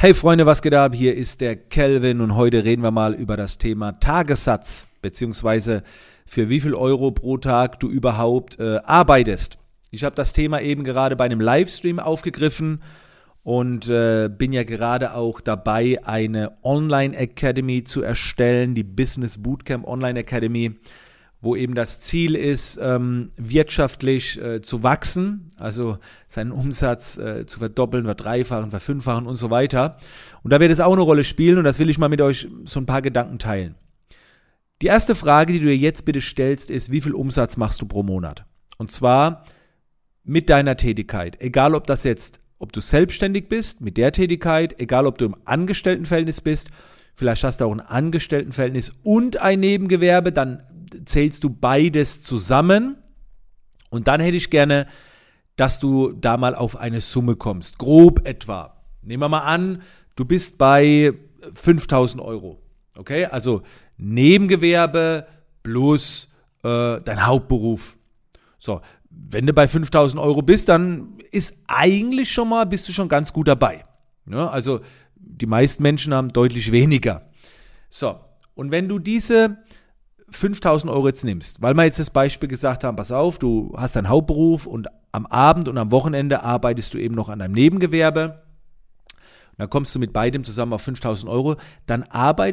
Hey Freunde, was geht ab? Hier ist der Kelvin und heute reden wir mal über das Thema Tagessatz, beziehungsweise für wie viel Euro pro Tag du überhaupt arbeitest. Ich habe das Thema eben gerade bei einem Livestream aufgegriffen und bin ja gerade auch dabei, eine Online-Academy zu erstellen, die Business Bootcamp Online Academy, wo eben das Ziel ist, wirtschaftlich zu wachsen, also seinen Umsatz zu verdoppeln, verdreifachen, verfünffachen und so weiter. Und da wird es auch eine Rolle spielen und das will ich mal mit euch so ein paar Gedanken teilen. Die erste Frage, die du dir jetzt bitte stellst, ist, wie viel Umsatz machst du pro Monat? Und zwar mit deiner Tätigkeit, egal ob du selbstständig bist, mit der Tätigkeit, egal ob du im Angestelltenverhältnis bist, vielleicht hast du auch ein Angestelltenverhältnis und ein Nebengewerbe, dann zählst du beides zusammen und dann hätte ich gerne, dass du da mal auf eine Summe kommst, grob etwa. Nehmen wir mal an, du bist bei 5.000 Euro, okay, also Nebengewerbe plus dein Hauptberuf. So, wenn du bei 5.000 Euro bist, dann bist du schon ganz gut dabei. Ja, also die meisten Menschen haben deutlich weniger. So, und wenn du diese 5.000 Euro jetzt nimmst, weil wir jetzt das Beispiel gesagt haben, pass auf, du hast deinen Hauptberuf und am Abend und am Wochenende arbeitest du eben noch an deinem Nebengewerbe, und dann kommst du mit beidem zusammen auf 5.000 Euro, dann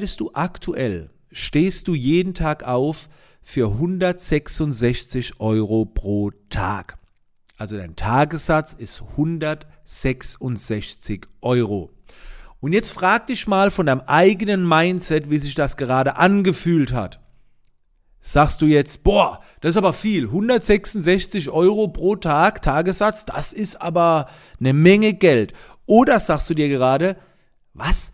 stehst du jeden Tag auf für 166 Euro pro Tag. Also dein Tagessatz ist 166 Euro. Und jetzt frag dich mal von deinem eigenen Mindset, wie sich das gerade angefühlt hat. Sagst du jetzt, boah, das ist aber viel, 166 Euro pro Tag, Tagessatz, das ist aber eine Menge Geld. Oder sagst du dir gerade, was,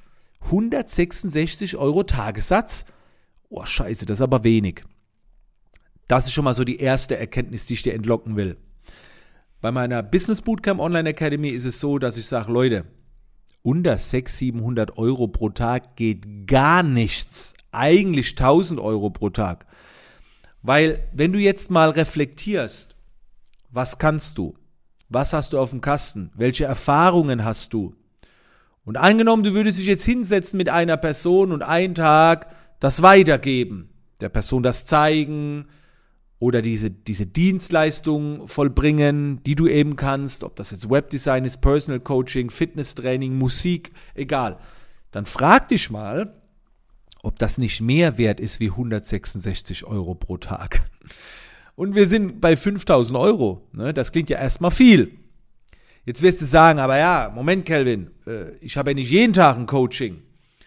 166 Euro Tagessatz? Oh scheiße, das ist aber wenig. Das ist schon mal so die erste Erkenntnis, die ich dir entlocken will. Bei meiner Business Bootcamp Online Academy ist es so, dass ich sage, Leute, unter 600-700 Euro pro Tag geht gar nichts, eigentlich 1.000 Euro pro Tag. Weil, wenn du jetzt mal reflektierst, was kannst du? Was hast du auf dem Kasten? Welche Erfahrungen hast du? Und angenommen, du würdest dich jetzt hinsetzen mit einer Person und einen Tag das weitergeben, der Person das zeigen oder diese Dienstleistung vollbringen, die du eben kannst, ob das jetzt Webdesign ist, Personal Coaching, Fitnesstraining, Musik, egal. Dann frag dich mal, ob das nicht mehr wert ist wie 166 Euro pro Tag. Und wir sind bei 5.000 Euro. Ne? Das klingt ja erstmal viel. Jetzt wirst du sagen, aber ja, Moment, Kelvin, ich habe ja nicht jeden Tag ein Coaching.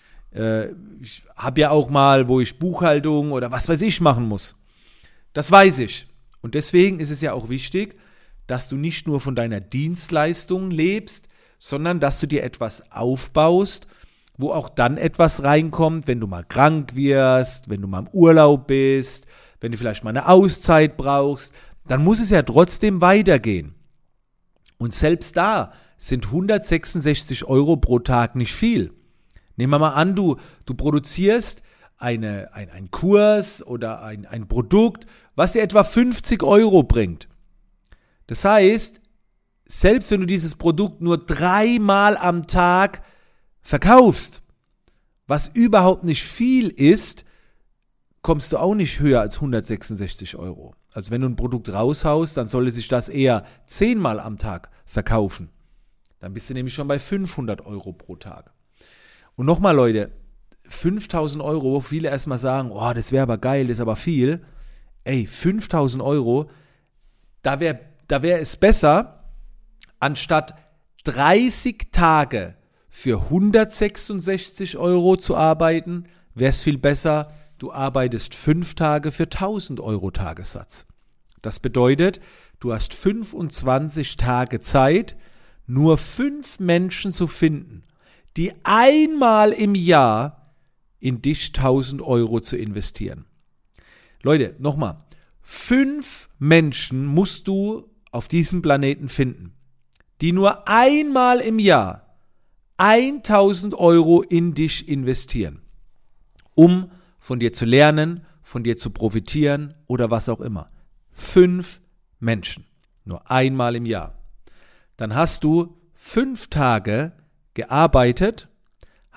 Ich habe ja auch mal, wo ich Buchhaltung oder was weiß ich machen muss. Das weiß ich. Und deswegen ist es ja auch wichtig, dass du nicht nur von deiner Dienstleistung lebst, sondern dass du dir etwas aufbaust, wo auch dann etwas reinkommt, wenn du mal krank wirst, wenn du mal im Urlaub bist, wenn du vielleicht mal eine Auszeit brauchst, dann muss es ja trotzdem weitergehen. Und selbst da sind 166 Euro pro Tag nicht viel. Nehmen wir mal an, du produzierst einen Kurs oder ein Produkt, was dir etwa 50 Euro bringt. Das heißt, selbst wenn du dieses Produkt nur 3-mal am Tag verkaufst, was überhaupt nicht viel ist, kommst du auch nicht höher als 166 Euro. Also wenn du ein Produkt raushaust, dann sollte sich das eher 10-mal am Tag verkaufen. Dann bist du nämlich schon bei 500 Euro pro Tag. Und nochmal Leute, 5.000 Euro, wo viele erstmal sagen, oh, das wäre aber geil, das ist aber viel. Ey, 5.000 Euro, da wäre es besser, anstatt 30 Tage für 166 Euro zu arbeiten, wäre es viel besser, du arbeitest 5 Tage für 1.000 Euro Tagessatz. Das bedeutet, du hast 25 Tage Zeit, nur 5 Menschen zu finden, die einmal im Jahr in dich 1.000 Euro zu investieren. Leute, nochmal, 5 Menschen musst du auf diesem Planeten finden, die nur einmal im Jahr 1.000 Euro in dich investieren, um von dir zu lernen, von dir zu profitieren oder was auch immer. 5 Menschen, nur einmal im Jahr. Dann hast du 5 Tage gearbeitet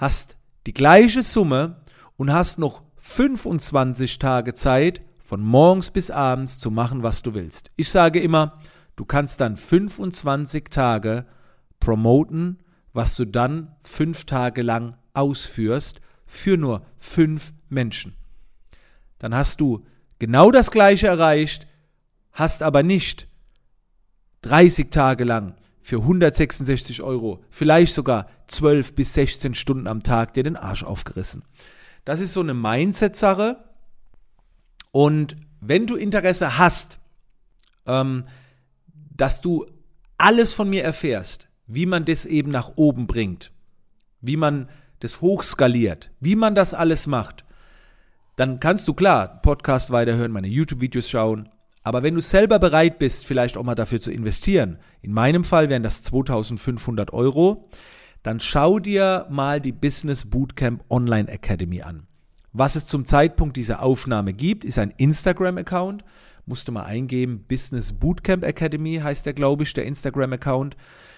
hast die gleiche Summe und hast noch 25 Tage Zeit, von morgens bis abends zu machen, was du willst. Ich sage immer, du kannst dann 25 Tage promoten, was du dann 5 Tage lang ausführst, für nur 5 Menschen. Dann hast du genau das Gleiche erreicht, hast aber nicht 30 Tage lang für 166 €, vielleicht sogar 12 bis 16 Stunden am Tag dir den Arsch aufgerissen. Das ist so eine Mindset-Sache. Und wenn du Interesse hast, dass du alles von mir erfährst, wie man das eben nach oben bringt, wie man das hochskaliert, wie man das alles macht, dann kannst du klar Podcast weiterhören, meine YouTube-Videos schauen. Aber wenn du selber bereit bist, vielleicht auch mal dafür zu investieren, in meinem Fall wären das 2.500 €, dann schau dir mal die Business Bootcamp Online Academy an. Was es zum Zeitpunkt dieser Aufnahme gibt, ist ein Instagram-Account. Musst du mal eingeben, Business Bootcamp Academy heißt der, glaube ich, der Instagram-Account.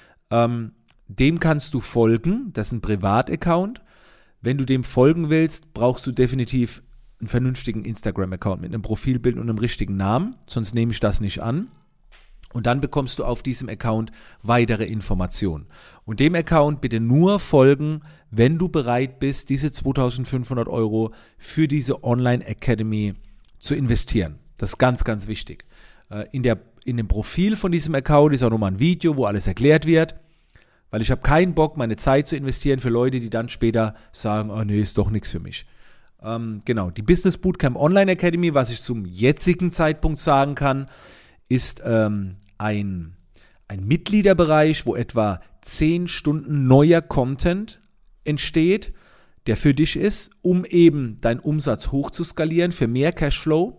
Dem kannst du folgen, das ist ein Privataccount. Wenn du dem folgen willst, brauchst du definitiv einen vernünftigen Instagram-Account mit einem Profilbild und einem richtigen Namen, sonst nehme ich das nicht an. Und dann bekommst du auf diesem Account weitere Informationen. Und dem Account bitte nur folgen, wenn du bereit bist, diese 2.500 € für diese Online Academy zu investieren. Das ist ganz, ganz wichtig. In dem Profil von diesem Account ist auch nochmal ein Video, wo alles erklärt wird, weil ich habe keinen Bock, meine Zeit zu investieren für Leute, die dann später sagen, oh nee, ist doch nichts für mich. Genau, die Business Bootcamp Online Academy, was ich zum jetzigen Zeitpunkt sagen kann, ist ein Mitgliederbereich, wo etwa 10 Stunden neuer Content entsteht, der für dich ist, um eben deinen Umsatz hochzuskalieren für mehr Cashflow.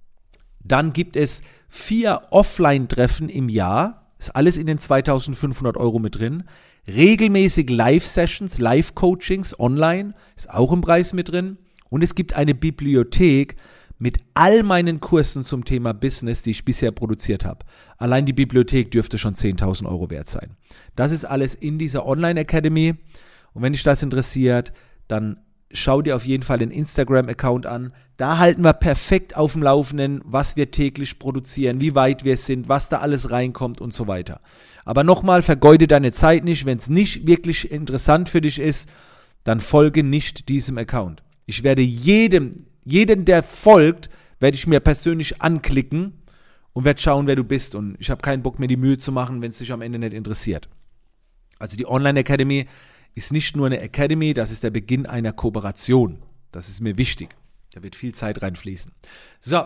Dann gibt es 4 Offline-Treffen im Jahr, ist alles in den 2.500 € mit drin. Regelmäßig Live-Sessions, Live-Coachings online, ist auch im Preis mit drin. Und es gibt eine Bibliothek mit all meinen Kursen zum Thema Business, die ich bisher produziert habe. Allein die Bibliothek dürfte schon 10.000 € wert sein. Das ist alles in dieser Online-Academy. Und wenn dich das interessiert, dann schau dir auf jeden Fall den Instagram-Account an. Da halten wir perfekt auf dem Laufenden, was wir täglich produzieren, wie weit wir sind, was da alles reinkommt und so weiter. Aber nochmal, vergeude deine Zeit nicht. Wenn es nicht wirklich interessant für dich ist, dann folge nicht diesem Account. Ich werde jeden, der folgt, werde ich mir persönlich anklicken und werde schauen, wer du bist. Und ich habe keinen Bock, mir die Mühe zu machen, wenn es dich am Ende nicht interessiert. Also die Online Academy ist nicht nur eine Academy, das ist der Beginn einer Kooperation. Das ist mir wichtig. Da wird viel Zeit reinfließen. So,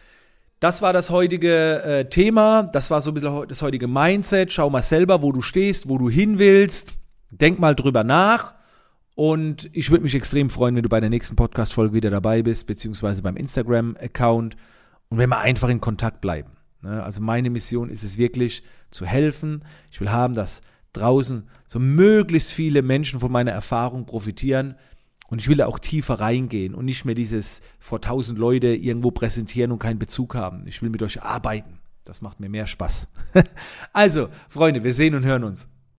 das war das heutige Thema. Das war so ein bisschen das heutige Mindset. Schau mal selber, wo du stehst, wo du hin willst. Denk mal drüber nach. Und ich würde mich extrem freuen, wenn du bei der nächsten Podcast-Folge wieder dabei bist, beziehungsweise beim Instagram-Account. Und wenn wir einfach in Kontakt bleiben. Also meine Mission ist es wirklich, zu helfen. Ich will haben, dass draußen so möglichst viele Menschen von meiner Erfahrung profitieren. Und ich will da auch tiefer reingehen und nicht mehr dieses vor 1000 Leute irgendwo präsentieren und keinen Bezug haben. Ich will mit euch arbeiten. Das macht mir mehr Spaß. Also, Freunde, wir sehen und hören uns.